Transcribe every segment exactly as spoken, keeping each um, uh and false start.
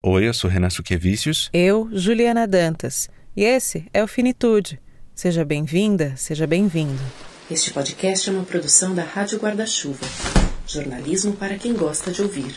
Oi, eu sou Renan Suquevicius. Eu, Juliana Dantas. E esse é o Finitude. Seja bem-vinda, seja bem-vindo. Este podcast é uma produção da Rádio Guarda-Chuva. Jornalismo para quem gosta de ouvir.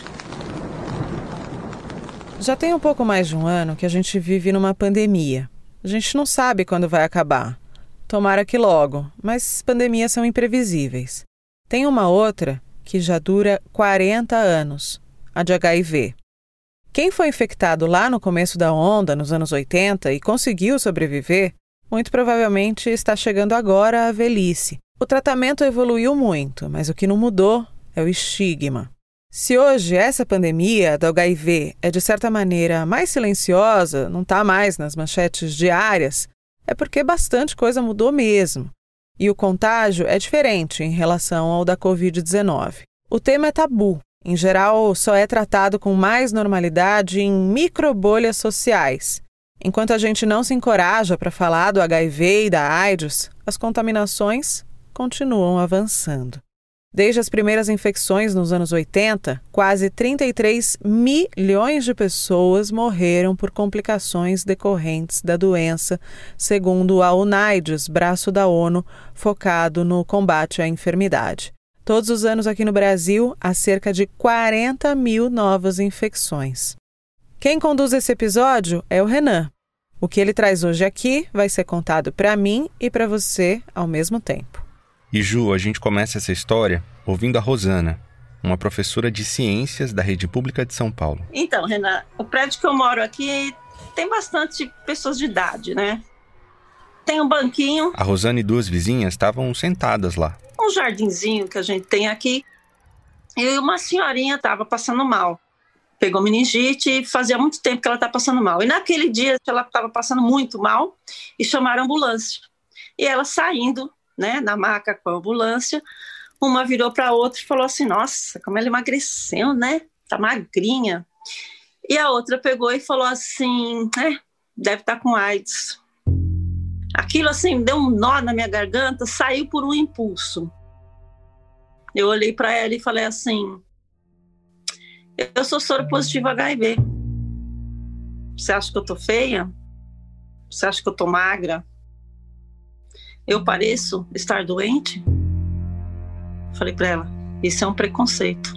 Já tem um pouco mais de um ano que a gente vive numa pandemia. A gente não sabe quando vai acabar. Tomara que logo, mas pandemias são imprevisíveis. Tem uma outra que já dura quarenta anos, a de H I V. Quem foi infectado lá no começo da onda, nos anos oitenta, e conseguiu sobreviver, muito provavelmente está chegando agora à velhice. O tratamento evoluiu muito, mas o que não mudou é o estigma. Se hoje essa pandemia do H I V é de certa maneira mais silenciosa, não está mais nas manchetes diárias, é porque bastante coisa mudou mesmo. E o contágio é diferente em relação ao da covid dezenove. O tema é tabu. Em geral, só é tratado com mais normalidade em microbolhas sociais. Enquanto a gente não se encoraja para falar do H I V e da AIDS, as contaminações continuam avançando. Desde as primeiras infecções nos anos oitenta, quase trinta e três milhões de pessoas morreram por complicações decorrentes da doença, segundo a UNAIDS, braço da ONU focado no combate à enfermidade. Todos os anos aqui no Brasil, há cerca de quarenta mil novas infecções. Quem conduz esse episódio é o Renan. O que ele traz hoje aqui vai ser contado para mim e para você ao mesmo tempo. E Ju, a gente começa essa história ouvindo a Rosana, uma professora de ciências da Rede Pública de São Paulo. Então, Renan, o prédio que eu moro aqui tem bastante pessoas de idade, né? Tem um banquinho. A Rosana e duas vizinhas estavam sentadas lá. Um jardinzinho que a gente tem aqui. E uma senhorinha estava passando mal. Pegou meningite e fazia muito tempo que ela estava passando mal. E naquele dia ela estava passando muito mal e chamaram a ambulância. E ela saindo, né, na maca com a ambulância, uma virou para a outra e falou assim: nossa, como ela emagreceu, né? Tá magrinha. E a outra pegou e falou assim: é, deve estar com AIDS. Aquilo assim deu um nó na minha garganta, saiu por um impulso. Eu olhei para ela e falei assim: eu sou soro positivo H I V. Você acha que eu tô feia? Você acha que eu tô magra? Eu pareço estar doente? Falei para ela: isso é um preconceito.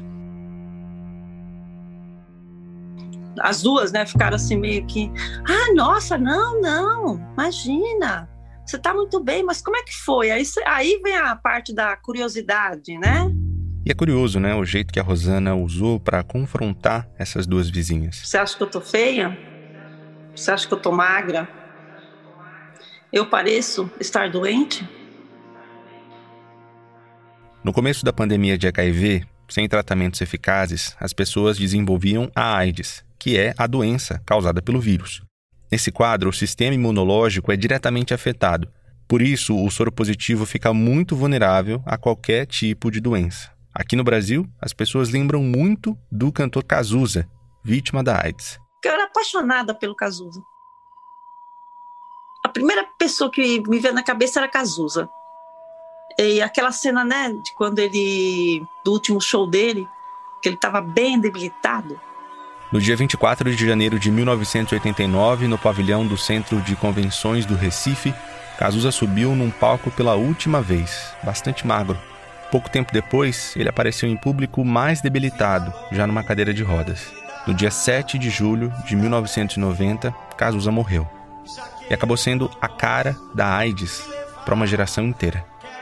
As duas, né, ficaram assim meio que: ah, nossa, não, não, imagina, você tá muito bem, mas como é que foi? Aí, aí vem a parte da curiosidade, né? E é curioso, né, o jeito que a Rosana usou para confrontar essas duas vizinhas. Você acha que eu tô feia? Você acha que eu tô magra? Eu pareço estar doente? No começo da pandemia de H I V, sem tratamentos eficazes, as pessoas desenvolviam a AIDS, que é a doença causada pelo vírus. Nesse quadro, o sistema imunológico é diretamente afetado. Por isso, o soro positivo fica muito vulnerável a qualquer tipo de doença. Aqui no Brasil, as pessoas lembram muito do cantor Cazuza, vítima da AIDS. Eu era apaixonada pelo Cazuza. A primeira pessoa que me veio na cabeça era Cazuza. E aquela cena, né, de quando ele, do último show dele, que ele estava bem debilitado. No dia vinte e quatro de janeiro de mil novecentos e oitenta e nove, no pavilhão do Centro de Convenções do Recife, Cazuza subiu num palco pela última vez, bastante magro. Pouco tempo depois, ele apareceu em público mais debilitado, já numa cadeira de rodas. No dia sete de julho de mil novecentos e noventa, Cazuza morreu. E acabou sendo a cara da AIDS para uma geração inteira.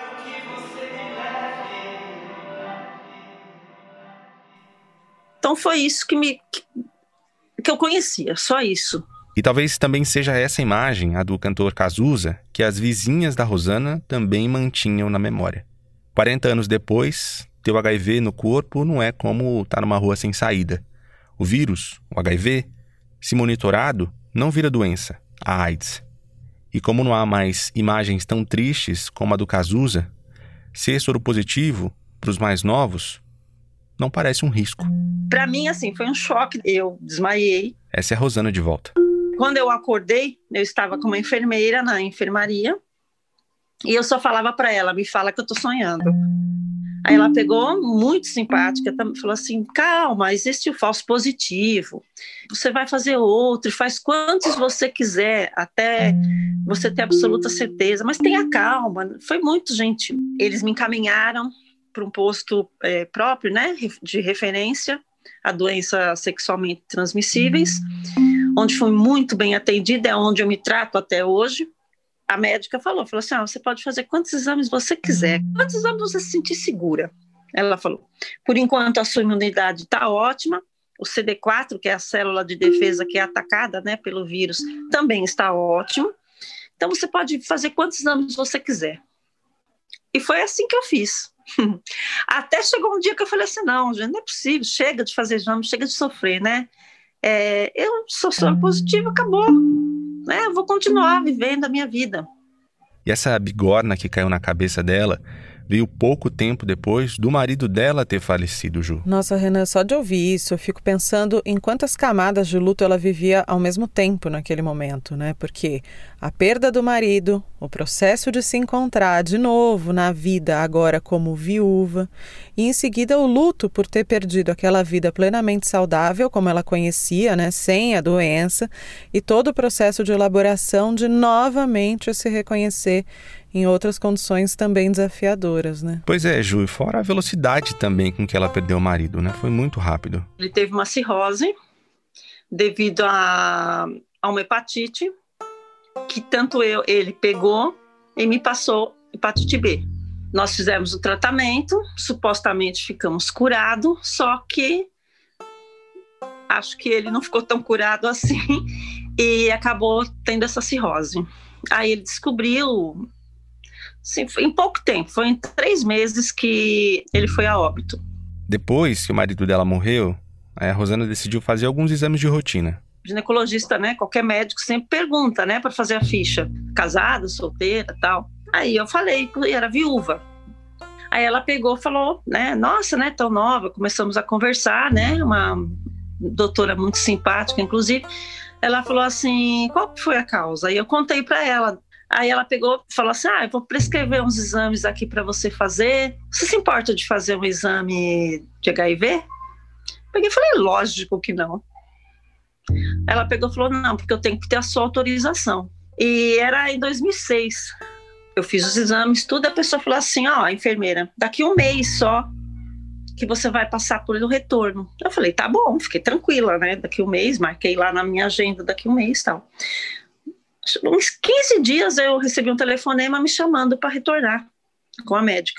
Então foi isso que, me, que eu conhecia, só isso. E talvez também seja essa imagem, a do cantor Cazuza, que as vizinhas da Rosana também mantinham na memória. quarenta anos depois, ter o H I V no corpo não é como estar numa rua sem saída. O vírus, o H I V, se monitorado, não vira doença, a AIDS. E como não há mais imagens tão tristes como a do Cazuza, ser soropositivo, para os mais novos, não parece um risco. Para mim, assim, foi um choque. Eu desmaiei. Essa é a Rosana de volta. Quando eu acordei, eu estava com uma enfermeira na enfermaria e eu só falava para ela: me fala que eu tô sonhando. Aí ela pegou, muito simpática, falou assim, calma, existe o falso positivo, você vai fazer outro, faz quantos você quiser, até você ter absoluta certeza, mas tenha calma. Foi muito gentil. Eles me encaminharam para um posto é, próprio, né, de referência a doenças sexualmente transmissíveis, onde fui muito bem atendida, é onde eu me trato até hoje. A médica falou, falou assim, ah, você pode fazer quantos exames você quiser, quantos exames você se sentir segura. Ela falou, por enquanto a sua imunidade está ótima, o C D quatro, que é a célula de defesa que é atacada, né, pelo vírus, também está ótimo, então você pode fazer quantos exames você quiser. E foi assim que eu fiz. Até chegou um dia que eu falei assim, não, gente, não é possível, chega de fazer exame, chega de sofrer, né, é, eu sou soro positivo, acabou. É, eu vou continuar vivendo a minha vida. E essa bigorna que caiu na cabeça dela veio pouco tempo depois do marido dela ter falecido, Ju. Nossa, Renan, só de ouvir isso, eu fico pensando em quantas camadas de luto ela vivia ao mesmo tempo naquele momento, né? Porque a perda do marido, o processo de se encontrar de novo na vida agora como viúva, e em seguida o luto por ter perdido aquela vida plenamente saudável, como ela conhecia, né? Sem a doença, e todo o processo de elaboração de novamente se reconhecer em outras condições também desafiadoras, né? Pois é, Ju, e fora a velocidade também com que ela perdeu o marido, né? Foi muito rápido. Ele teve uma cirrose devido a, a uma hepatite que tanto eu, ele pegou e me passou hepatite B. Nós fizemos o tratamento, supostamente ficamos curados, só que acho que ele não ficou tão curado assim e acabou tendo essa cirrose. Aí ele descobriu... Sim, em pouco tempo, foi em três meses que ele foi a óbito. Depois que o marido dela morreu, a Rosana decidiu fazer alguns exames de rotina. O ginecologista, né, qualquer médico sempre pergunta, né, para fazer a ficha, casada, solteira, tal. Aí eu falei que era viúva. Aí ela pegou e falou, né, nossa, né, tão nova, começamos a conversar, né, uma doutora muito simpática, inclusive. Ela falou assim, qual foi a causa? Aí eu contei para ela. Aí ela pegou e falou assim, ah, eu vou prescrever uns exames aqui para você fazer. Você se importa de fazer um exame de H I V? Peguei e falei, lógico que não. Ela pegou e falou, não, porque eu tenho que ter a sua autorização. E era em dois mil e seis. Eu fiz os exames, tudo, a pessoa falou assim, ó, oh, enfermeira, daqui um mês só que você vai passar por um retorno. Eu falei, tá bom, fiquei tranquila, né? Daqui um mês, marquei lá na minha agenda, daqui um mês e tal. Uns quinze dias eu recebi um telefonema me chamando para retornar com a médica.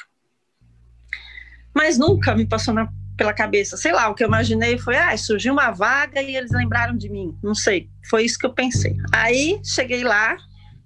Mas nunca me passou na, pela cabeça, sei lá, o que eu imaginei foi, ah, surgiu uma vaga e eles lembraram de mim, não sei, foi isso que eu pensei. Aí cheguei lá,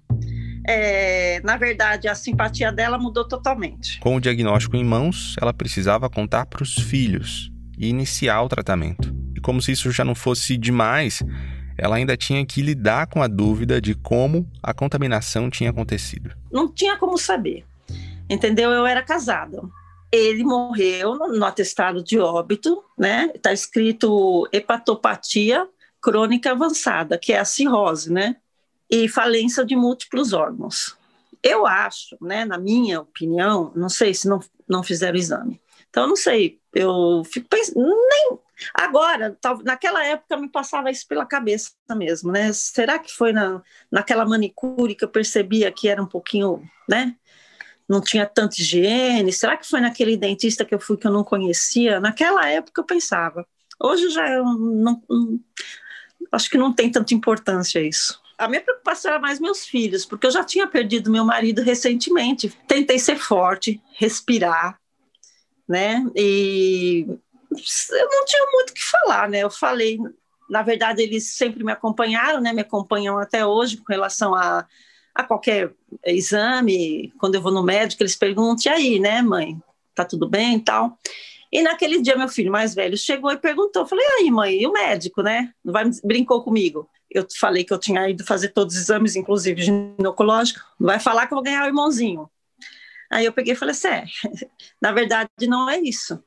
é, na verdade a simpatia dela mudou totalmente. Com o diagnóstico em mãos, ela precisava contar para os filhos e iniciar o tratamento. E como se isso já não fosse demais, ela ainda tinha que lidar com a dúvida de como a contaminação tinha acontecido. Não tinha como saber, entendeu? Eu era casada. Ele morreu no, no atestado de óbito, né? Está escrito hepatopatia crônica avançada, que é a cirrose, né? E falência de múltiplos órgãos. Eu acho, né, na minha opinião, não sei se não, não fizeram o exame. Então, não sei, eu fico pensando, nem... Agora, naquela época me passava isso pela cabeça mesmo, né? Será que foi na, naquela manicure que eu percebia que era um pouquinho, né? Não tinha tanta higiene? Será que foi naquele dentista que eu fui que eu não conhecia? Naquela época eu pensava. Hoje já eu não, não acho que não tem tanta importância isso. A minha preocupação era mais meus filhos, porque eu já tinha perdido meu marido recentemente. Tentei ser forte, respirar, né? E eu não tinha muito o que falar, né? Eu falei, na verdade, eles sempre me acompanharam, né? Me acompanham até hoje com relação a, a qualquer exame. Quando eu vou no médico, eles perguntam, e aí, né, mãe? Tá tudo bem e tal? E naquele dia, meu filho mais velho chegou e perguntou. Eu falei, e aí, mãe, e o médico, né? Não vai, brincou comigo. Eu falei que eu tinha ido fazer todos os exames, inclusive ginecológico. Não vai falar que eu vou ganhar o irmãozinho. Aí eu peguei e falei assim, é, na verdade, não é isso.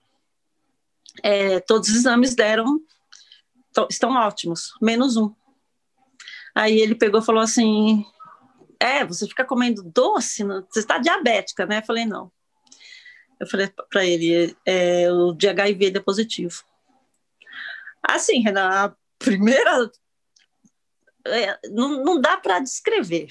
É, todos os exames deram, to, estão ótimos, menos um. Aí ele pegou e falou assim, é, você fica comendo doce, não? Você está diabética, né? Eu falei, não. Eu falei para ele, é, o de H I V é positivo. Assim, Renan, a primeira... É, não, não dá para descrever.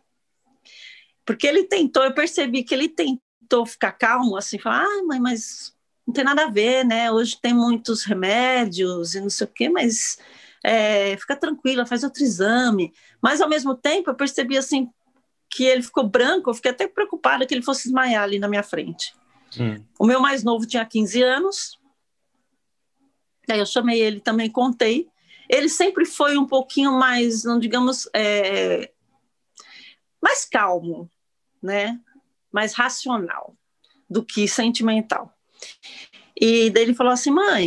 Porque ele tentou, eu percebi que ele tentou ficar calmo, assim, falar, ah, mãe, mas não tem nada a ver, né? Hoje tem muitos remédios e não sei o quê, mas é, fica tranquila, faz outro exame. Mas, ao mesmo tempo, eu percebi, assim, que ele ficou branco, eu fiquei até preocupada que ele fosse desmaiar ali na minha frente. Hum. O meu mais novo tinha quinze anos, aí eu chamei ele também, contei. Ele sempre foi um pouquinho mais, não digamos, é, mais calmo, né? Mais racional do que sentimental. E daí ele falou assim, mãe,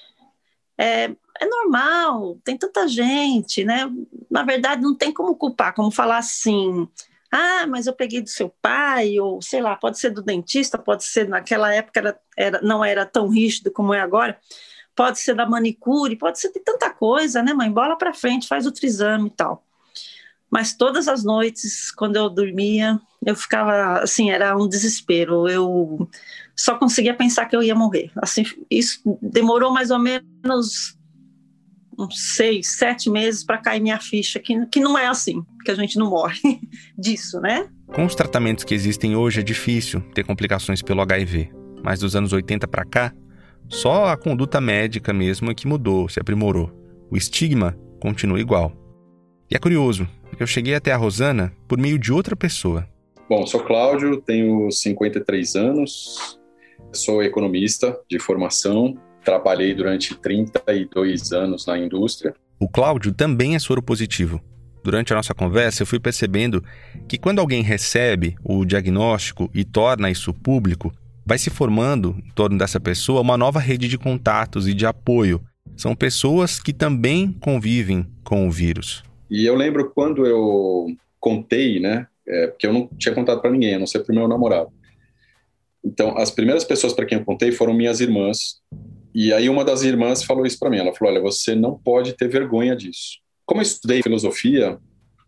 é, é normal, tem tanta gente, né? Na verdade, não tem como culpar, como falar assim, ah, mas eu peguei do seu pai, ou sei lá, pode ser do dentista, pode ser, naquela época era, era, não era tão rígido como é agora, pode ser da manicure, pode ser de tanta coisa, né, mãe? Bola pra frente, faz outro exame e tal. Mas todas as noites, quando eu dormia, eu ficava, assim, era um desespero. Eu só conseguia pensar que eu ia morrer. Assim, isso demorou mais ou menos uns seis, sete meses para cair minha ficha, que, que não é assim, que a gente não morre disso, né? Com os tratamentos que existem hoje, é difícil ter complicações pelo H I V. Mas dos anos oitenta para cá, só a conduta médica mesmo é que mudou, se aprimorou. O estigma continua igual. E é curioso, porque eu cheguei até a Rosana por meio de outra pessoa. Bom, sou Cláudio, tenho cinquenta e três anos, sou economista de formação, trabalhei durante trinta e dois anos na indústria. O Cláudio também é soropositivo. Durante a nossa conversa, eu fui percebendo que quando alguém recebe o diagnóstico e torna isso público, vai se formando em torno dessa pessoa uma nova rede de contatos e de apoio. São pessoas que também convivem com o vírus. E eu lembro quando eu contei, né, é, porque eu não tinha contado para ninguém, a não ser para o meu namorado. Então, as primeiras pessoas para quem eu contei foram minhas irmãs. E aí uma das irmãs falou isso para mim. Ela falou, olha, você não pode ter vergonha disso. Como eu estudei filosofia,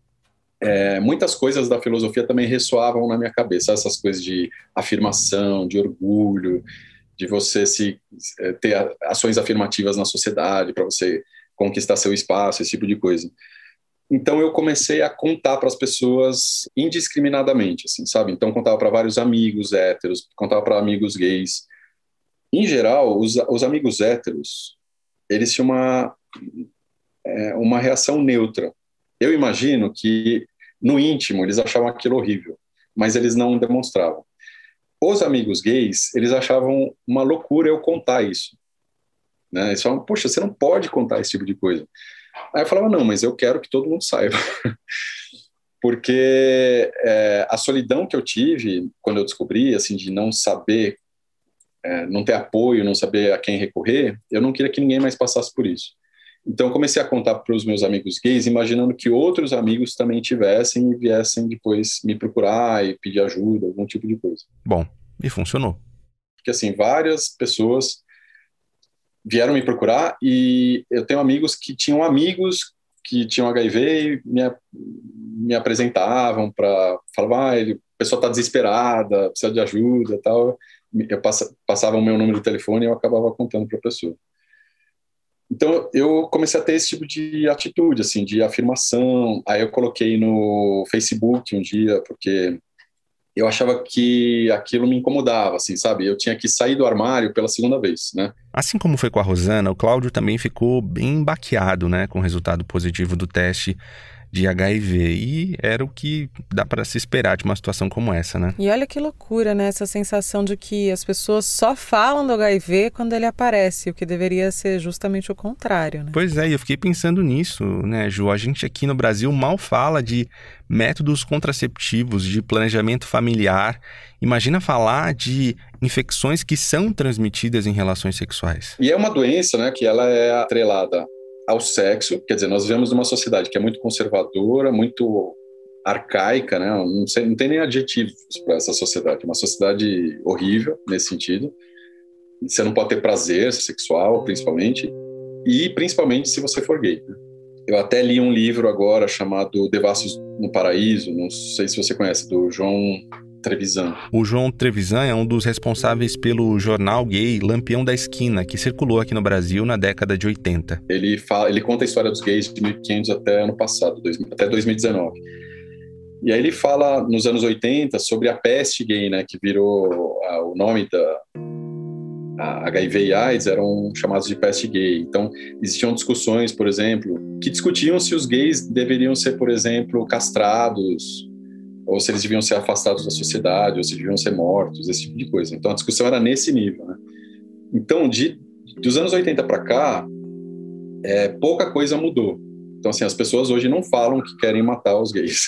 é, muitas coisas da filosofia também ressoavam na minha cabeça. Essas coisas de afirmação, de orgulho, de você se, ter ações afirmativas na sociedade para você conquistar seu espaço, esse tipo de coisa. Então eu comecei a contar para as pessoas indiscriminadamente, assim, sabe? Então contava para vários amigos héteros, contava para amigos gays. Em geral, os, os amigos héteros, eles tinham uma, é, uma reação neutra. Eu imagino que no íntimo eles achavam aquilo horrível, mas eles não demonstravam. Os amigos gays, eles achavam uma loucura eu contar isso. Né? Eles falavam, poxa, você não pode contar esse tipo de coisa. Aí eu falava, não, mas eu quero que todo mundo saiba. Porque é, a solidão que eu tive quando eu descobri, assim, de não saber, é, não ter apoio, não saber a quem recorrer, eu não queria que ninguém mais passasse por isso. Então eu comecei a contar para os meus amigos gays, imaginando que outros amigos também tivessem e viessem depois me procurar e pedir ajuda, algum tipo de coisa. Bom, e funcionou. Porque assim, várias pessoas vieram me procurar e eu tenho amigos que tinham amigos que tinham H I V e me, me apresentavam para falar, ah, ele, a pessoa está desesperada, precisa de ajuda e tal. Eu passa, passava o meu número de telefone e eu acabava contando para a pessoa. Então eu comecei a ter esse tipo de atitude, assim, de afirmação. Aí eu coloquei no Facebook um dia, porque eu achava que aquilo me incomodava, assim, sabe? Eu tinha que sair do armário pela segunda vez, né? Assim como foi com a Rosana, o Cláudio também ficou bem baqueado, né, com o resultado positivo do teste de H I V. E era o que dá para se esperar de uma situação como essa, né? E olha que loucura, né? Essa sensação de que as pessoas só falam do H I V quando ele aparece, o que deveria ser justamente o contrário, né? Pois é, eu fiquei pensando nisso, né, Ju? A gente aqui no Brasil mal fala de métodos contraceptivos, de planejamento familiar. Imagina falar de infecções que são transmitidas em relações sexuais. E é uma doença, né, que ela é atrelada ao sexo, quer dizer, nós vivemos numa sociedade que é muito conservadora, muito arcaica, né? Não, sei, não tem nem adjetivos para essa sociedade, é uma sociedade horrível nesse sentido. Você não pode ter prazer sexual, principalmente, e principalmente se você for gay, né? Eu até li um livro agora chamado Devassos no Paraíso, não sei se você conhece, do João Trevisan. O João Trevisan é um dos responsáveis pelo jornal gay Lampião da Esquina, que circulou aqui no Brasil na década de oitenta. Ele, fala, ele conta a história dos gays de mil e quinhentos até ano passado, dois, até dois mil e dezenove. E aí ele fala, nos anos oitenta, sobre a peste gay, né, que virou a, o nome da a H I V e AIDS, eram chamados de peste gay. Então, existiam discussões, por exemplo, que discutiam se os gays deveriam ser, por exemplo, castrados, ou se eles deviam ser afastados da sociedade, ou se deviam ser mortos, esse tipo de coisa. Então, a discussão era nesse nível, né? Então, de, dos anos oitenta para cá, é, pouca coisa mudou. Então, assim, as pessoas hoje não falam que querem matar os gays,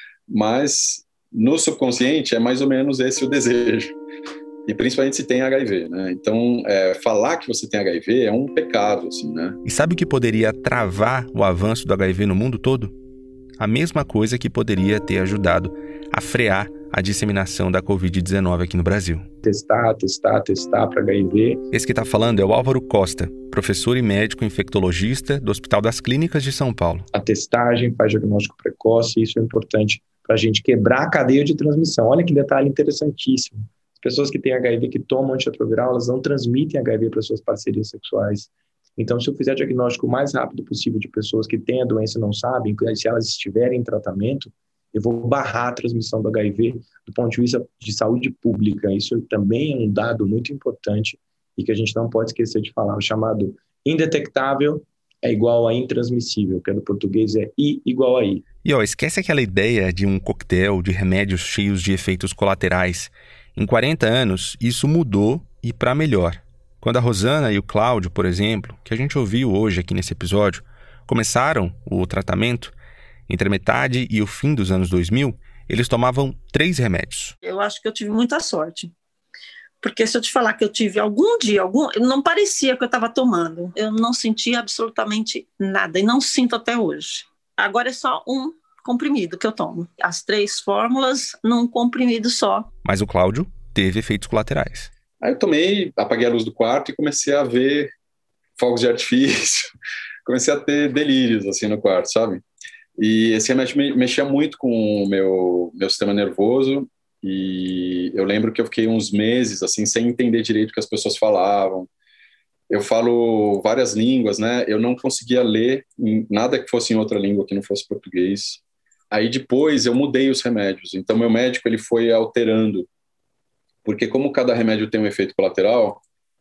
mas no subconsciente é mais ou menos esse o desejo. E principalmente se tem H I V, né? Então, é, falar que você tem H I V é um pecado, assim, né? E sabe o que poderia travar o avanço do H I V no mundo todo? A mesma coisa que poderia ter ajudado a frear a disseminação da covid dezenove aqui no Brasil. Testar, testar, testar para H I V. Esse que está falando é o Álvaro Costa, professor e médico infectologista do Hospital das Clínicas de São Paulo. A testagem faz diagnóstico precoce, isso é importante para a gente quebrar a cadeia de transmissão. Olha que detalhe interessantíssimo. As pessoas que têm H I V que tomam antirretroviral, elas não transmitem H I V para suas parcerias sexuais. Então, se eu fizer diagnóstico o mais rápido possível de pessoas que têm a doença e não sabem, se elas estiverem em tratamento, eu vou barrar a transmissão do H I V do ponto de vista de saúde pública. Isso também é um dado muito importante e que a gente não pode esquecer de falar. O chamado indetectável é igual a intransmissível, que é do português é I igual a I. E ó, esquece aquela ideia de um coquetel de remédios cheios de efeitos colaterais. Em quarenta anos, isso mudou e para melhor. Quando a Rosana e o Cláudio, por exemplo, que a gente ouviu hoje aqui nesse episódio, começaram o tratamento, entre a metade e o fim dos anos dois mil, eles tomavam três remédios. Eu acho que eu tive muita sorte. Porque se eu te falar que eu tive algum dia, algum, não parecia que eu estava tomando. Eu não sentia absolutamente nada e não sinto até hoje. Agora é só um comprimido que eu tomo. As três fórmulas num comprimido só. Mas o Cláudio teve efeitos colaterais. Aí eu tomei, apaguei a luz do quarto e comecei a ver fogos de artifício. Comecei a ter delírios assim no quarto, sabe? E esse remédio mexia muito com o meu, meu sistema nervoso e eu lembro que eu fiquei uns meses assim sem entender direito o que as pessoas falavam. Eu falo várias línguas, né? Eu não conseguia ler nada que fosse em outra língua que não fosse português. Aí depois eu mudei os remédios. Então meu médico ele foi alterando, porque como cada remédio tem um efeito colateral,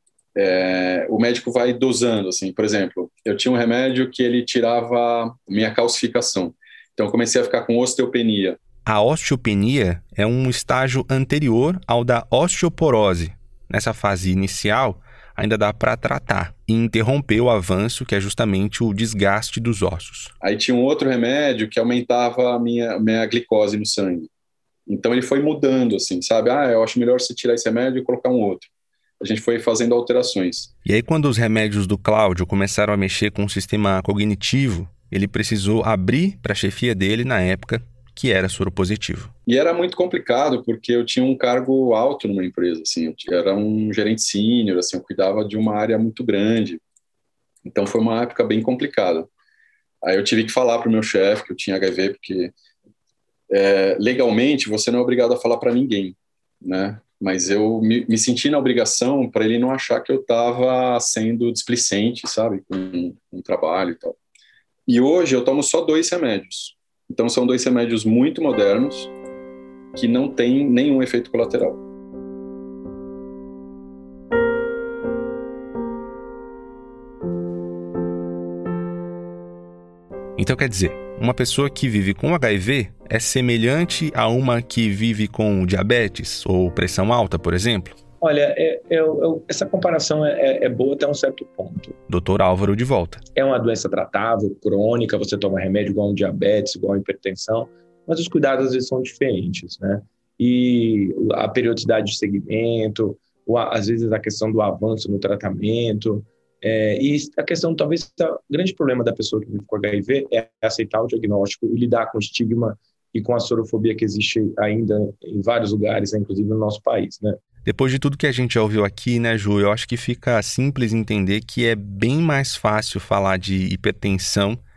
é, o médico vai dosando, assim. Por exemplo, eu tinha um remédio que ele tirava minha calcificação. Então eu comecei a ficar com osteopenia. A osteopenia é um estágio anterior ao da osteoporose. Nessa fase inicial, ainda dá para tratar e interromper o avanço, que é justamente o desgaste dos ossos. Aí tinha um outro remédio que aumentava a minha, minha glicose no sangue. Então ele foi mudando, assim, sabe? Ah, eu acho melhor você tirar esse remédio e colocar um outro. A gente foi fazendo alterações. E aí, quando os remédios do Cláudio começaram a mexer com o sistema cognitivo, ele precisou abrir para a chefia dele na época, que era soropositivo. E era muito complicado, porque eu tinha um cargo alto numa empresa, assim, eu era um gerente sênior, assim, eu cuidava de uma área muito grande. Então foi uma época bem complicada. Aí eu tive que falar para o meu chefe que eu tinha H I V, porque é, legalmente você não é obrigado a falar para ninguém, né? Mas eu me, me senti na obrigação para ele não achar que eu estava sendo displicente, sabe, com, com o trabalho e tal. E hoje eu tomo só dois remédios. Então são dois remédios muito modernos que não têm nenhum efeito colateral. Então quer dizer, uma pessoa que vive com H I V é semelhante a uma que vive com diabetes ou pressão alta, por exemplo? Olha, é, é, é, essa comparação é, é boa até um certo ponto. doutor Álvaro de volta. É uma doença tratável, crônica, você toma remédio igual a um diabetes, igual a hipertensão, mas os cuidados às vezes são diferentes, né? E a periodicidade de segmento, ou a, às vezes a questão do avanço no tratamento, é, e a questão, talvez, o grande problema da pessoa que vive com H I V é aceitar o diagnóstico e lidar com o estigma e com a sorofobia que existe ainda em vários lugares, inclusive no nosso país, né? Depois de tudo que a gente já ouviu aqui, né, Ju, eu acho que fica simples entender que é bem mais fácil falar de hipertensão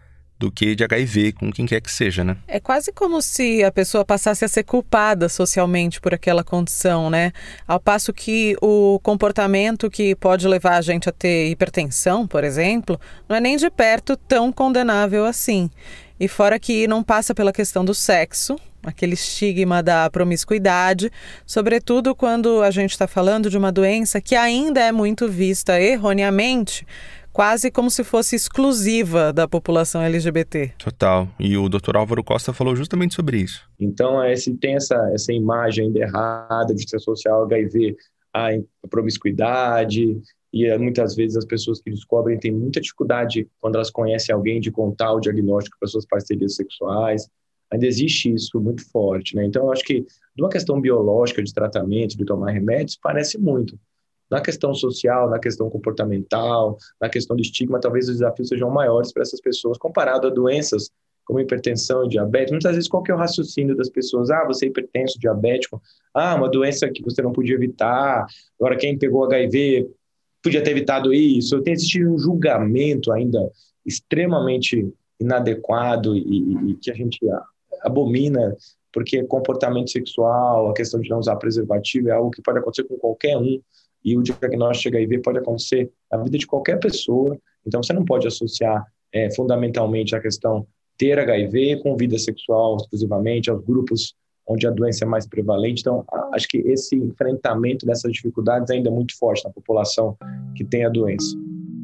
do que de H I V com quem quer que seja, né? É quase como se a pessoa passasse a ser culpada socialmente por aquela condição, né? Ao passo que o comportamento que pode levar a gente a ter hipertensão, por exemplo, não é nem de perto tão condenável assim. E fora que não passa pela questão do sexo, aquele estigma da promiscuidade, sobretudo quando a gente está falando de uma doença que ainda é muito vista erroneamente, quase como se fosse exclusiva da população L G B T. Total. E o doutor Álvaro Costa falou justamente sobre isso. Então, é, se tem essa, essa imagem ainda errada de se associar ao H I V à promiscuidade, e muitas vezes as pessoas que descobrem têm muita dificuldade quando elas conhecem alguém de contar o diagnóstico para suas parcerias sexuais. Ainda existe isso muito forte, né? Então, eu acho que de uma questão biológica de tratamento, de tomar remédios, parece muito. Na questão social, na questão comportamental, na questão do estigma, talvez os desafios sejam maiores para essas pessoas, comparado a doenças como hipertensão e diabetes. Muitas vezes, qual que é o raciocínio das pessoas? Ah, você é hipertenso, diabético. Ah, uma doença que você não podia evitar. Agora, quem pegou H I V podia ter evitado isso. Tem existido um julgamento ainda extremamente inadequado e, e, e que a gente abomina, porque comportamento sexual, a questão de não usar preservativo é algo que pode acontecer com qualquer um, e o diagnóstico de H I V pode acontecer na vida de qualquer pessoa. Então, você não pode associar é, fundamentalmente a questão ter H I V com vida sexual exclusivamente, aos grupos onde a doença é mais prevalente. Então, acho que esse enfrentamento dessas dificuldades ainda é muito forte na população que tem a doença.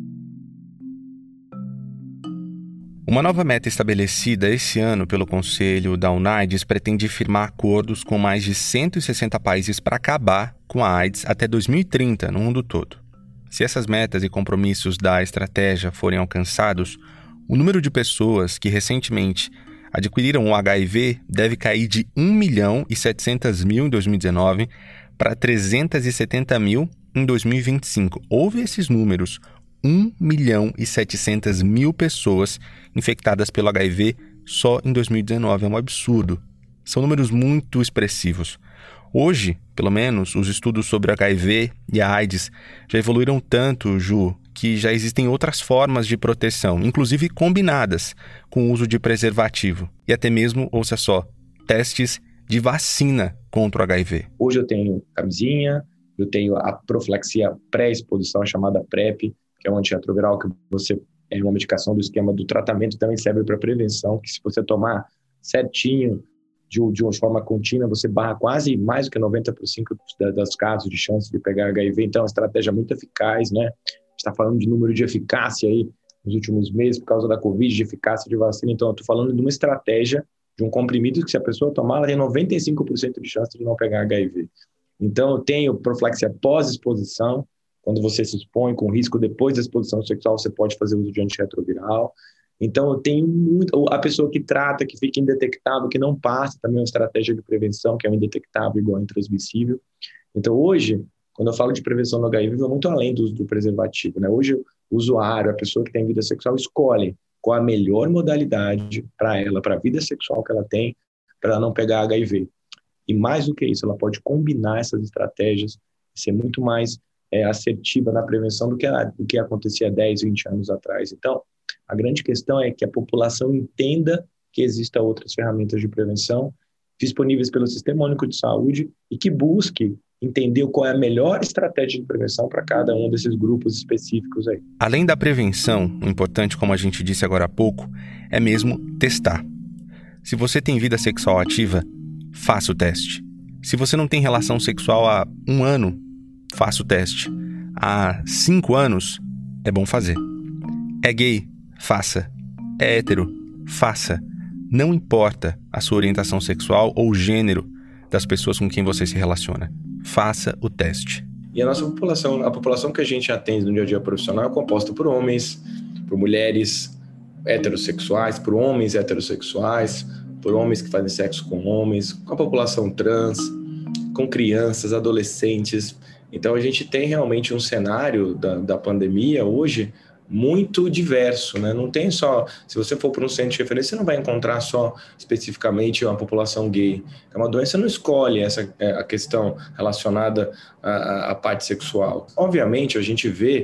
Uma nova meta estabelecida esse ano pelo Conselho da UNAIDS pretende firmar acordos com mais de cento e sessenta países para acabar com a AIDS até dois mil e trinta no mundo todo. Se essas metas e compromissos da estratégia forem alcançados, o número de pessoas que recentemente adquiriram o H I V deve cair de um milhão e setecentos mil em dois mil e dezenove para trezentos e setenta mil em dois mil e vinte e cinco. Houve esses números, um milhão e setecentos mil pessoas infectadas pelo H I V só em dois mil e dezenove. É um absurdo. São números muito expressivos. Hoje, pelo menos, os estudos sobre o H I V e a AIDS já evoluíram tanto, Ju, que já existem outras formas de proteção, inclusive combinadas com o uso de preservativo. E até mesmo, ouça só, testes de vacina contra o H I V. Hoje eu tenho camisinha, eu tenho a profilaxia pré-exposição, chamada PrEP, que é um antirretroviral que você é uma medicação do esquema do tratamento, também serve para prevenção, que se você tomar certinho, de, de uma forma contínua, você barra quase mais do que noventa por cento das casos de chance de pegar H I V. Então, é uma estratégia muito eficaz, né? A gente está falando de número de eficácia aí nos últimos meses, por causa da Covid, de eficácia de vacina. Então, eu estou falando de uma estratégia, de um comprimido que, se a pessoa tomar, ela tem noventa e cinco por cento de chance de não pegar H I V. Então, eu tenho profilaxia pós-exposição. Quando você se expõe com risco depois da exposição sexual, você pode fazer uso de antirretroviral. Então, eu tenho muito... A pessoa que trata, que fica indetectável, que não passa, também é uma estratégia de prevenção, que é um indetectável igual intransmissível. Então, hoje, quando eu falo de prevenção do H I V, eu vou muito além do uso do preservativo, né? Hoje, o usuário, a pessoa que tem vida sexual, escolhe qual a melhor modalidade para ela, para a vida sexual que ela tem, para ela não pegar H I V. E mais do que isso, ela pode combinar essas estratégias e ser muito mais é, assertiva na prevenção do que, a, do que acontecia dez, vinte anos atrás. Então, a grande questão é que a população entenda que existam outras ferramentas de prevenção disponíveis pelo Sistema Único de Saúde e que busque entender qual é a melhor estratégia de prevenção para cada um desses grupos específicos aí. Além da prevenção, o importante, como a gente disse agora há pouco, é mesmo testar. Se você tem vida sexual ativa, faça o teste. Se você não tem relação sexual há um ano, faça o teste. Há cinco anos, é bom fazer. É gay? Faça. É hétero? Faça. Não importa a sua orientação sexual ou o gênero das pessoas com quem você se relaciona. Faça o teste. E a nossa população, a população que a gente atende no dia a dia profissional é composta por homens, por mulheres heterossexuais, por homens heterossexuais, por homens que fazem sexo com homens, com a população trans, com crianças, adolescentes. Então, a gente tem realmente um cenário da, da pandemia hoje muito diverso, né? Não tem só... Se você for para um centro de referência, você não vai encontrar só especificamente uma população gay. É uma doença, não escolhe essa a questão relacionada à, à parte sexual. Obviamente, a gente vê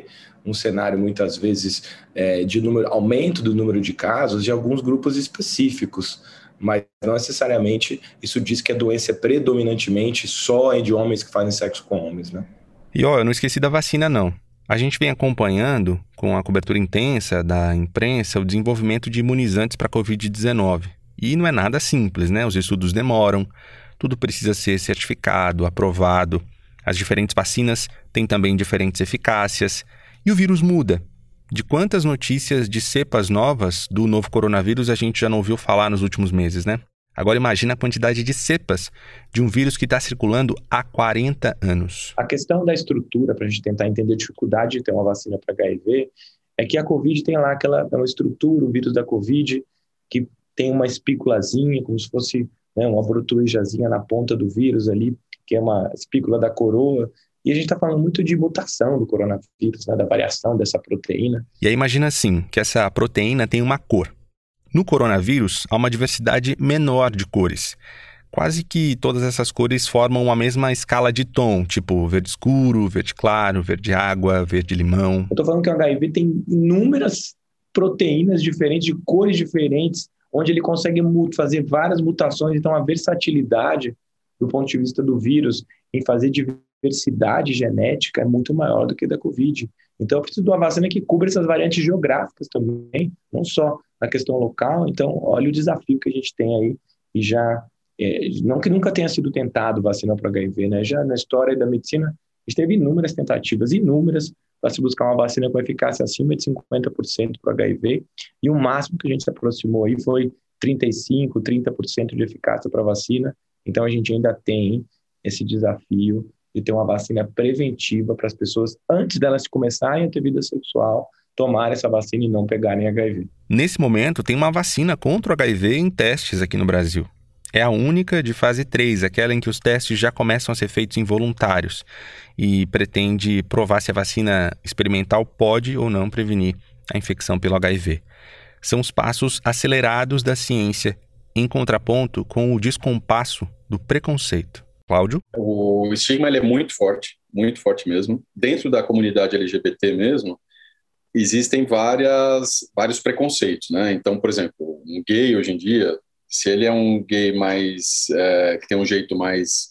um cenário, muitas vezes, é, de número, aumento do número de casos de alguns grupos específicos, mas não necessariamente isso diz que a doença é predominantemente só de homens que fazem sexo com homens, né? E ó, eu não esqueci da vacina, não. A gente vem acompanhando, com a cobertura intensa da imprensa, o desenvolvimento de imunizantes para a covid dezenove. E não é nada simples, né? Os estudos demoram, tudo precisa ser certificado, aprovado. As diferentes vacinas têm também diferentes eficácias. E o vírus muda. De quantas notícias de cepas novas do novo coronavírus a gente já não ouviu falar nos últimos meses, né? Agora imagina a quantidade de cepas de um vírus que está circulando há quarenta anos. A questão da estrutura, para a gente tentar entender a dificuldade de ter uma vacina para H I V, é que a Covid tem lá aquela uma estrutura, o vírus da Covid, que tem uma espículazinha, como se fosse, né, uma brotulijazinha na ponta do vírus ali, que é uma espícula da coroa. E a gente está falando muito de mutação do coronavírus, né, da variação dessa proteína. E aí imagina assim, que essa proteína tem uma cor. No coronavírus, há uma diversidade menor de cores. Quase que todas essas cores formam a mesma escala de tom, tipo verde escuro, verde claro, verde água, verde limão. Eu estou falando que o H I V tem inúmeras proteínas diferentes, de cores diferentes, onde ele consegue fazer várias mutações. Então, a versatilidade, do ponto de vista do vírus, em fazer diversidade genética é muito maior do que da Covid. Então, eu preciso de uma vacina que cubra essas variantes geográficas também, não só na questão local. Então, olha o desafio que a gente tem aí, e já, é, não que nunca tenha sido tentado vacina para H I V, né? Já na história da medicina, a gente teve inúmeras tentativas, inúmeras, para se buscar uma vacina com eficácia acima de cinquenta por cento para H I V, e o máximo que a gente se aproximou aí foi trinta e cinco por cento, trinta por cento de eficácia para a vacina. Então, a gente ainda tem esse desafio de ter uma vacina preventiva para as pessoas, antes delas começarem a ter vida sexual, tomar essa vacina e não pegarem H I V. Nesse momento, tem uma vacina contra o H I V em testes aqui no Brasil. É a única de fase três, aquela em que os testes já começam a ser feitos em voluntários e pretende provar se a vacina experimental pode ou não prevenir a infecção pelo H I V. São os passos acelerados da ciência, em contraponto com o descompasso do preconceito. Cláudio? O estigma ele é muito forte, muito forte mesmo. Dentro da comunidade L G B T mesmo, existem várias, vários preconceitos, né? Então, por exemplo, um gay hoje em dia, se ele é um gay mais, é, que tem um jeito mais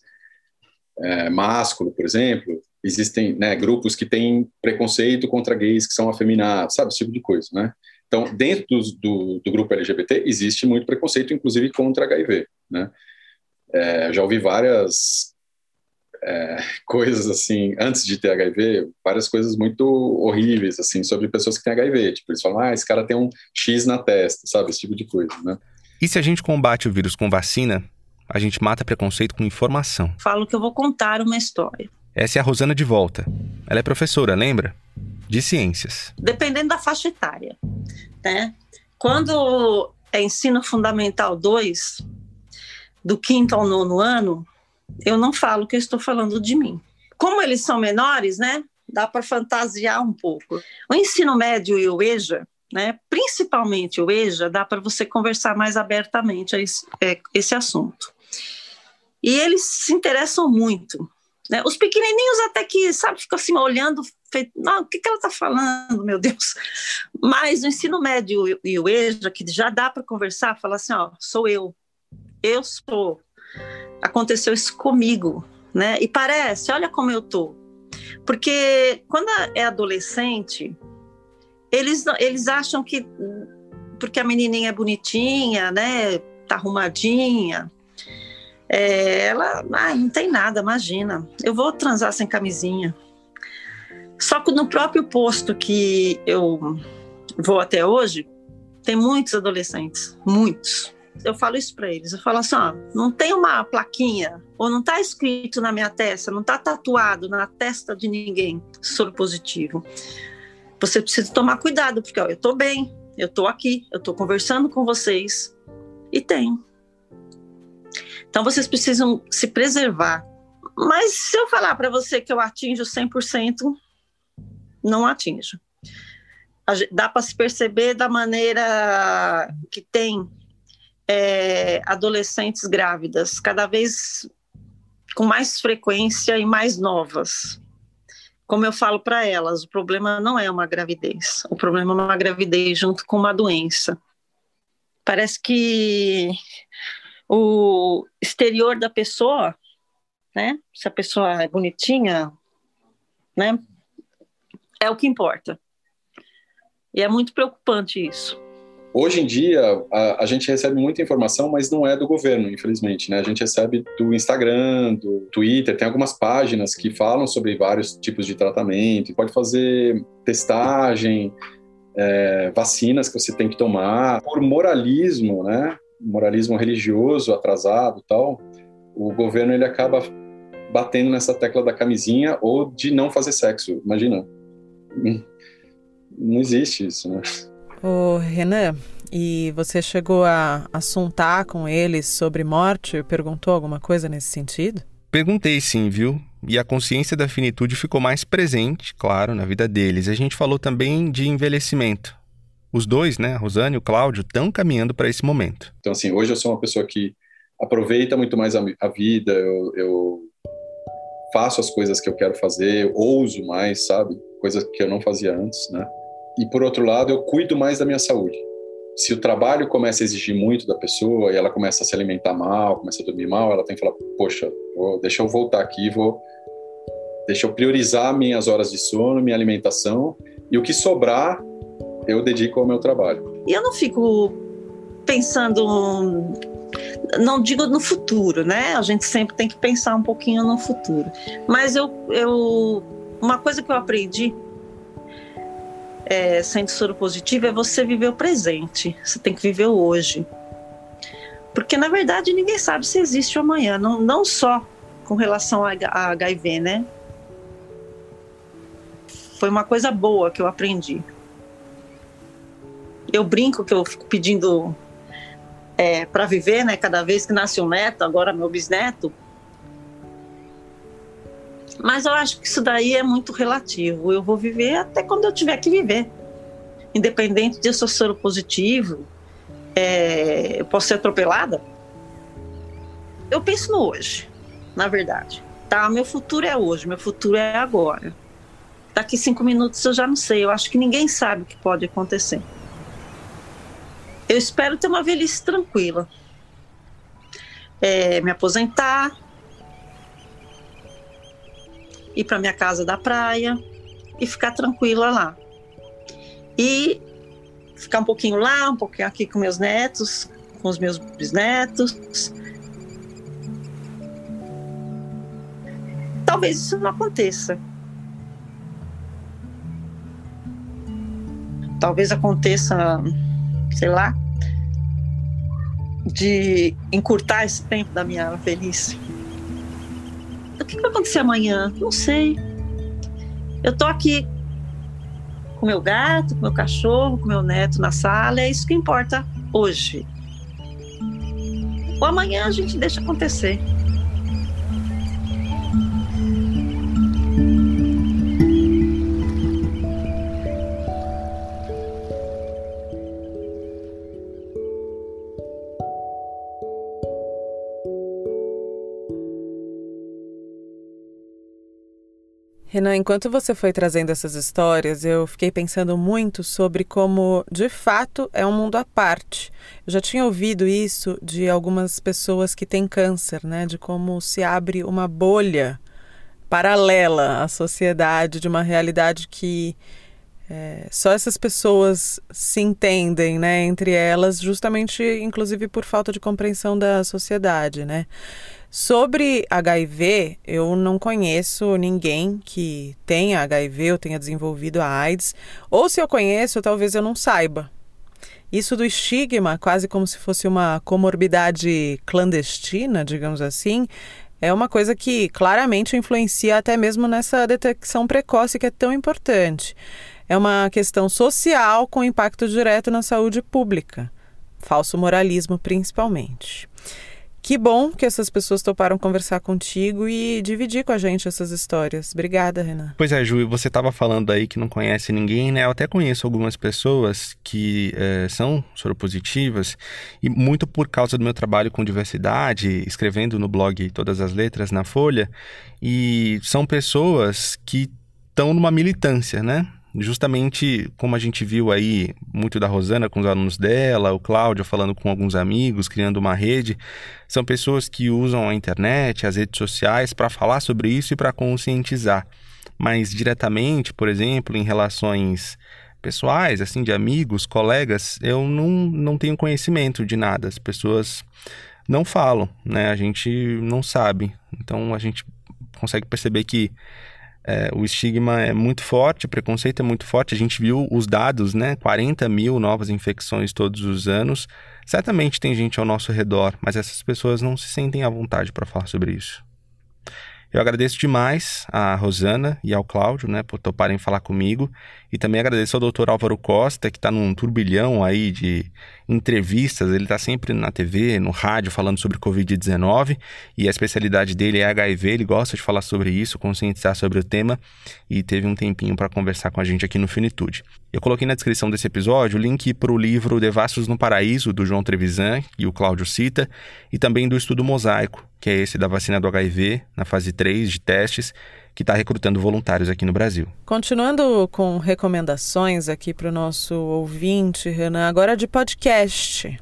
é, másculo, por exemplo, existem, né, grupos que têm preconceito contra gays que são afeminados, sabe, esse tipo de coisa, né? Então, dentro do, do, do grupo L G B T, existe muito preconceito, inclusive contra H I V, né? É, já ouvi várias é, coisas, assim, antes de ter H I V, várias coisas muito horríveis, assim, sobre pessoas que têm H I V. Tipo, eles falam, ah, esse cara tem um X na testa, sabe? Esse tipo de coisa, né? E se a gente combate o vírus com vacina, a gente mata preconceito com informação. Falo que eu vou contar uma história. Essa é a Rosana de Volta. Ela é professora, lembra? De ciências. Dependendo da faixa etária, né? Quando é ensino fundamental dois, do quinto ao nono ano, eu não falo que eu estou falando de mim. Como eles são menores, né? Dá para fantasiar um pouco. O ensino médio e o EJA, né? Principalmente o EJA, dá para você conversar mais abertamente a esse, é, esse assunto. E eles se interessam muito, né? Os pequenininhos até que, sabe, ficam assim olhando, feito, não, o que, que ela está falando, meu Deus? Mas o ensino médio e o EJA, que já dá para conversar, falar assim, ó, sou eu, eu sou, aconteceu isso comigo, né? E parece, olha como eu tô. Porque quando é adolescente, eles, eles acham que, porque a menininha é bonitinha, né? Tá arrumadinha, é, ela, ah, não tem nada, imagina, eu vou transar sem camisinha. Só que no próprio posto que eu vou até hoje, tem muitos adolescentes, muitos. Eu falo isso para eles, eu falo assim, ó, não tem uma plaquinha, ou não está escrito na minha testa, não está tatuado na testa de ninguém, soro positivo. Você precisa tomar cuidado, porque ó, eu estou bem, eu estou aqui, eu estou conversando com vocês, e tem. Então vocês precisam se preservar. Mas se eu falar para você que eu atinjo cem por cento, não atinjo. Dá para se perceber da maneira que tem É, adolescentes grávidas, cada vez com mais frequência e mais novas. como eu falo para elas, o problema não é uma gravidez, o problema é uma gravidez junto com uma doença. Parece que o exterior da pessoa, né, se a pessoa é bonitinha, né, é o que importa. E é muito preocupante isso. Hoje em dia, a, a gente recebe muita informação, mas não é do governo, infelizmente, né? A gente recebe do Instagram, do Twitter, tem algumas páginas que falam sobre vários tipos de tratamento, pode fazer testagem, é, vacinas que você tem que tomar. Por moralismo, né? Moralismo religioso atrasado e tal, o governo ele acaba batendo nessa tecla da camisinha ou de não fazer sexo. Imagina, não existe isso, né? Ô, Renan, e você chegou a assuntar com eles sobre morte? Perguntou alguma coisa nesse sentido? Perguntei sim, viu? E a consciência da finitude ficou mais presente, claro, na vida deles. A gente falou também de envelhecimento. Os dois, né, a Rosana e o Cláudio, estão caminhando para esse momento. Então, assim, hoje eu sou uma pessoa que aproveita muito mais a, a vida, eu, eu faço as coisas que eu quero fazer, ouso mais, sabe? Coisas que eu não fazia antes, né? E, por outro lado, eu cuido mais da minha saúde. Se o trabalho começa a exigir muito da pessoa e ela começa a se alimentar mal, começa a dormir mal, ela tem que falar, poxa, vou, deixa eu voltar aqui, vou, deixa eu priorizar minhas horas de sono, minha alimentação, e o que sobrar eu dedico ao meu trabalho. E eu não fico pensando, não digo no futuro, né? A gente sempre tem que pensar um pouquinho no futuro. Mas eu, eu uma coisa que eu aprendi É, sendo soro positivo, é você viver o presente. Você tem que viver o hoje. Porque, na verdade, ninguém sabe se existe o amanhã. Não, não só com relação a, a H I V, né? Foi uma coisa boa que eu aprendi. Eu brinco que eu fico pedindo é, para viver, né? Cada vez que nasce um neto, agora meu bisneto. Mas eu acho que isso daí é muito relativo. Eu vou viver até quando eu tiver que viver. Independente de eu ser soro positivo, é, eu posso ser atropelada. Eu penso no hoje, na verdade. Tá? Meu futuro é hoje, meu futuro é agora. Daqui cinco minutos eu já não sei. Eu acho que ninguém sabe o que pode acontecer. Eu espero ter uma velhice tranquila. É, me aposentar, ir para minha casa da praia e ficar tranquila lá. E ficar um pouquinho lá, um pouquinho aqui com meus netos, com os meus bisnetos. Talvez isso não aconteça. Talvez aconteça, sei lá, de encurtar esse tempo da minha velhice. O que vai acontecer amanhã? Não sei. Eu tô aqui com meu gato, com meu cachorro, com meu neto na sala. É isso que importa hoje. O amanhã a gente deixa acontecer. Renan, enquanto você foi trazendo essas histórias, eu fiquei pensando muito sobre como, de fato, é um mundo à parte. Eu já tinha ouvido isso de algumas pessoas que têm câncer, né? De como se abre uma bolha paralela à sociedade, de uma realidade que é, só essas pessoas se entendem, né? Entre elas, justamente, inclusive, por falta de compreensão da sociedade, né? Sobre H I V, eu não conheço ninguém que tenha H I V ou tenha desenvolvido a AIDS, ou se eu conheço, talvez eu não saiba. Isso do estigma, quase como se fosse uma comorbidade clandestina, digamos assim, é uma coisa que claramente influencia até mesmo nessa detecção precoce que é tão importante. É uma questão social com impacto direto na saúde pública. Falso moralismo, principalmente. Que bom que essas pessoas toparam conversar contigo e dividir com a gente essas histórias. Obrigada, Renan. Pois é, Ju, você estava falando aí que não conhece ninguém, né? Eu até conheço algumas pessoas que é, são soropositivas e muito por causa do meu trabalho com diversidade, escrevendo no blog Todas as Letras, na Folha, e são pessoas que estão numa militância, né? Justamente como a gente viu aí muito da Rosana com os alunos dela, o Cláudio falando com alguns amigos, criando uma rede, são pessoas que usam a internet, as redes sociais para falar sobre isso e para conscientizar. Mas diretamente, por exemplo, em relações pessoais, assim, de amigos, colegas, eu não, não tenho conhecimento de nada. As pessoas não falam, né? A gente não sabe. Então a gente consegue perceber que É, o estigma é muito forte, o preconceito é muito forte. A gente viu os dados, né? quarenta mil novas infecções todos os anos. Certamente tem gente ao nosso redor, mas essas pessoas não se sentem à vontade para falar sobre isso. Eu agradeço demais a Rosana e ao Cláudio, né, por toparem falar comigo. E também agradeço ao doutor Álvaro Costa, que está num turbilhão aí de entrevistas. Ele está sempre na T V, no rádio, falando sobre covid dezenove. E a especialidade dele é H I V. Ele gosta de falar sobre isso, conscientizar sobre o tema. E teve um tempinho para conversar com a gente aqui no Finitude. Eu coloquei na descrição desse episódio o link para o livro Devassos no Paraíso, do João Trevisan, que o Cláudio cita, e também do estudo Mosaico, que é esse da vacina do H I V, na fase três de testes, que está recrutando voluntários aqui no Brasil. Continuando com recomendações aqui para o nosso ouvinte, Renan, agora de podcast.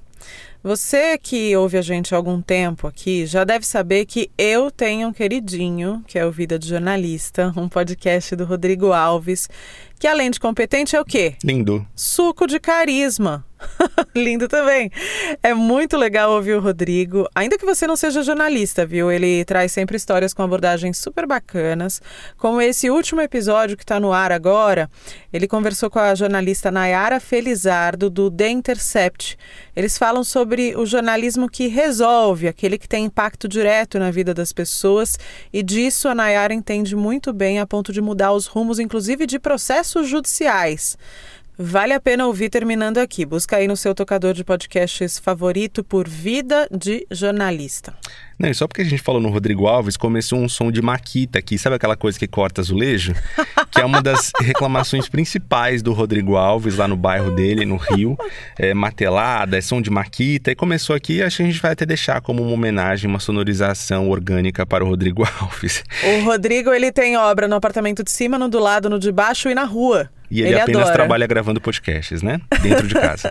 Você que ouve a gente há algum tempo aqui já deve saber que eu tenho um queridinho, que é o Vida de Jornalista, um podcast do Rodrigo Alves, que além de competente é o quê? Lindo. Suco de carisma. Lindo também. É muito legal ouvir o Rodrigo, ainda que você não seja jornalista, viu? Ele traz sempre histórias com abordagens super bacanas, como esse último episódio que está no ar agora. Ele conversou com a jornalista Nayara Felizardo, do The Intercept. Eles falam sobre o jornalismo que resolve, aquele que tem impacto direto na vida das pessoas, e disso a Nayara entende muito bem, a ponto de mudar os rumos, inclusive de processos judiciais. Vale a pena ouvir terminando aqui. Busca aí no seu tocador de podcasts favorito por Vida de Jornalista. Não, e só porque a gente falou no Rodrigo Alves, começou um som de maquita aqui. Sabe aquela coisa que corta azulejo? Que é uma das reclamações principais do Rodrigo Alves, lá no bairro dele, no Rio. É martelada, é som de maquita. E começou aqui, acho que a gente vai até deixar como uma homenagem, uma sonorização orgânica para o Rodrigo Alves. O Rodrigo, ele tem obra no apartamento de cima, no do lado, no de baixo e na rua. E ele, ele apenas adora. trabalha gravando podcasts, né? Dentro de casa.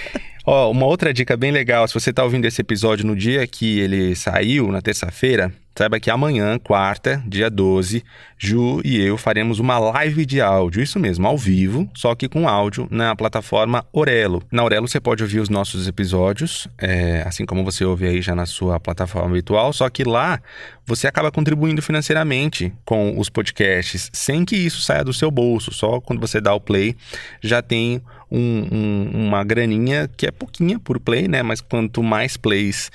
Ó, oh, uma outra dica bem legal, se você está ouvindo esse episódio no dia que ele saiu, na terça-feira, saiba que amanhã, quarta, dia doze, Ju e eu faremos uma live de áudio, isso mesmo, ao vivo, só que com áudio na plataforma Orelo. Na Orelo você pode ouvir os nossos episódios, é, assim como você ouve aí já na sua plataforma habitual, só que lá você acaba contribuindo financeiramente com os podcasts, sem que isso saia do seu bolso, só quando você dá o play já tem um, um, uma graninha, que é pouquinha por play, né? Mas quanto mais plays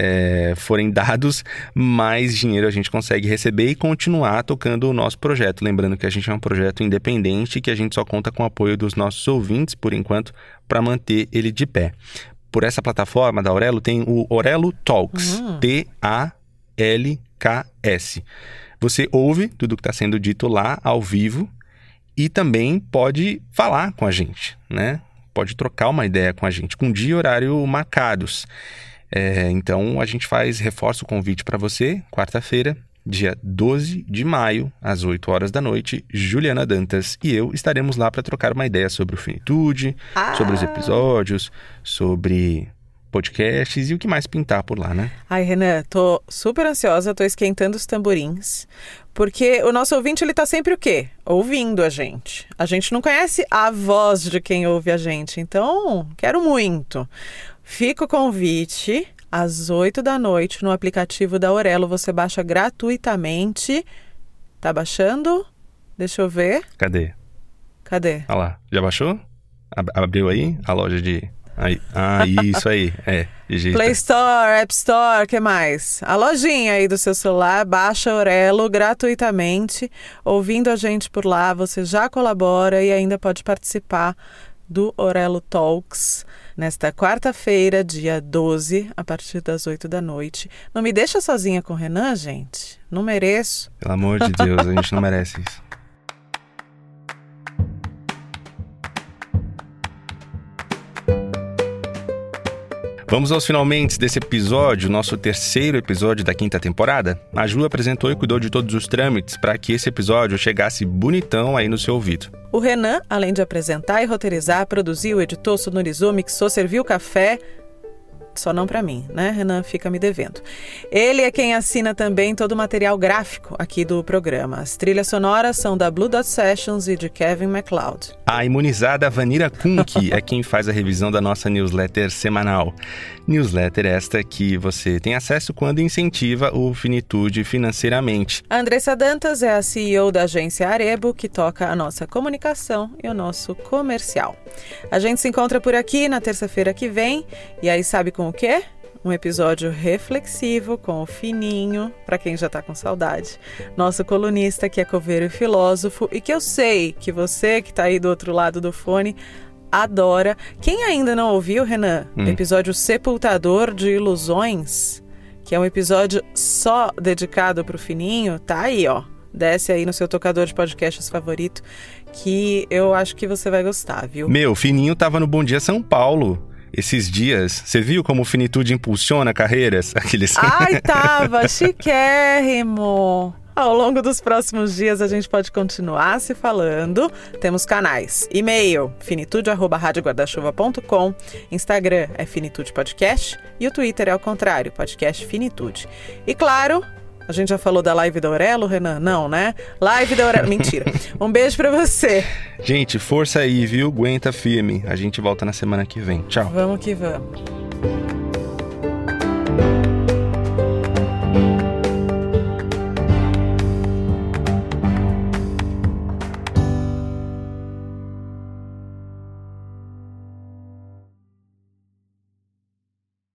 é, forem dados, mais dinheiro a gente consegue receber e continuar tocando o nosso projeto. Lembrando que a gente é um projeto independente e que a gente só conta com o apoio dos nossos ouvintes, por enquanto, para manter ele de pé. Por essa plataforma da Orelo tem o Orelo Talks, uhum. T A L K S. Você ouve tudo que está sendo dito lá ao vivo e também pode falar com a gente, né? Pode trocar uma ideia com a gente, com dia e horário marcados. É, então a gente faz, reforça o convite para você, quarta-feira, dia doze de maio, às oito horas da noite, Juliana Dantas e eu estaremos lá para trocar uma ideia sobre o Finitude, ah. sobre os episódios, sobre podcasts e o que mais pintar por lá, né? Ai, Renan, tô super ansiosa, tô esquentando os tamborins, porque o nosso ouvinte, ele tá sempre o quê? Ouvindo a gente. A gente não conhece a voz de quem ouve a gente, então quero muito. Fica o convite, às oito da noite, no aplicativo da Orelo, você baixa gratuitamente. Tá baixando? Deixa eu ver. Cadê? Cadê? Olha lá, já baixou? Ab- abriu aí a loja de... Aí. Ah, isso aí, é, digita. Play Store, App Store, o que mais? A lojinha aí do seu celular, baixa Orelo gratuitamente, ouvindo a gente por lá, você já colabora e ainda pode participar do Orelo Talks nesta quarta-feira, dia doze, a partir das oito da noite. Não me deixa sozinha com o Renan, gente, não mereço. Pelo amor de Deus, a gente não merece isso. Vamos aos finalmente desse episódio, nosso terceiro episódio da quinta temporada. A Ju apresentou e cuidou de todos os trâmites para que esse episódio chegasse bonitão aí no seu ouvido. O Renan, além de apresentar e roteirizar, produziu, editou, sonorizou, mixou, serviu café... Só não para mim, né? Renan fica me devendo. Ele é quem assina também todo o material gráfico aqui do programa. As trilhas sonoras são da Blue Dot Sessions e de Kevin MacLeod. A imunizada Vanira Kunk é quem faz a revisão da nossa newsletter semanal. Newsletter esta que você tem acesso quando incentiva o Finitude financeiramente. A Andressa Dantas é a C E O da agência Arebo, que toca a nossa comunicação e o nosso comercial. A gente se encontra por aqui na terça-feira que vem. E aí sabe com o quê? Um episódio reflexivo com o Fininho, para quem já tá com saudade. Nosso colunista que é coveiro e filósofo e que eu sei que você que tá aí do outro lado do fone adora. Quem ainda não ouviu, Renan, hum. episódio Sepultador de Ilusões, que é um episódio só dedicado pro Fininho, tá aí, ó. Desce aí no seu tocador de podcasts favorito, que eu acho que você vai gostar, viu? Meu, Fininho tava no Bom Dia São Paulo esses dias. Você viu como o Finitude impulsiona carreiras? Aqueles... Ai, tava chiquérrimo! Ao longo dos próximos dias a gente pode continuar se falando. Temos canais, e-mail finitude arroba rádio guarda-chuva ponto com, Instagram é Finitude Podcast e o Twitter é ao contrário, Podcast Finitude. E claro, a gente já falou da live da Aurelo, Renan? Não, né? Live da Aurelo, mentira. Um beijo pra você. Gente, força aí, viu? Aguenta firme. A gente volta na semana que vem. Tchau. Vamos que vamos.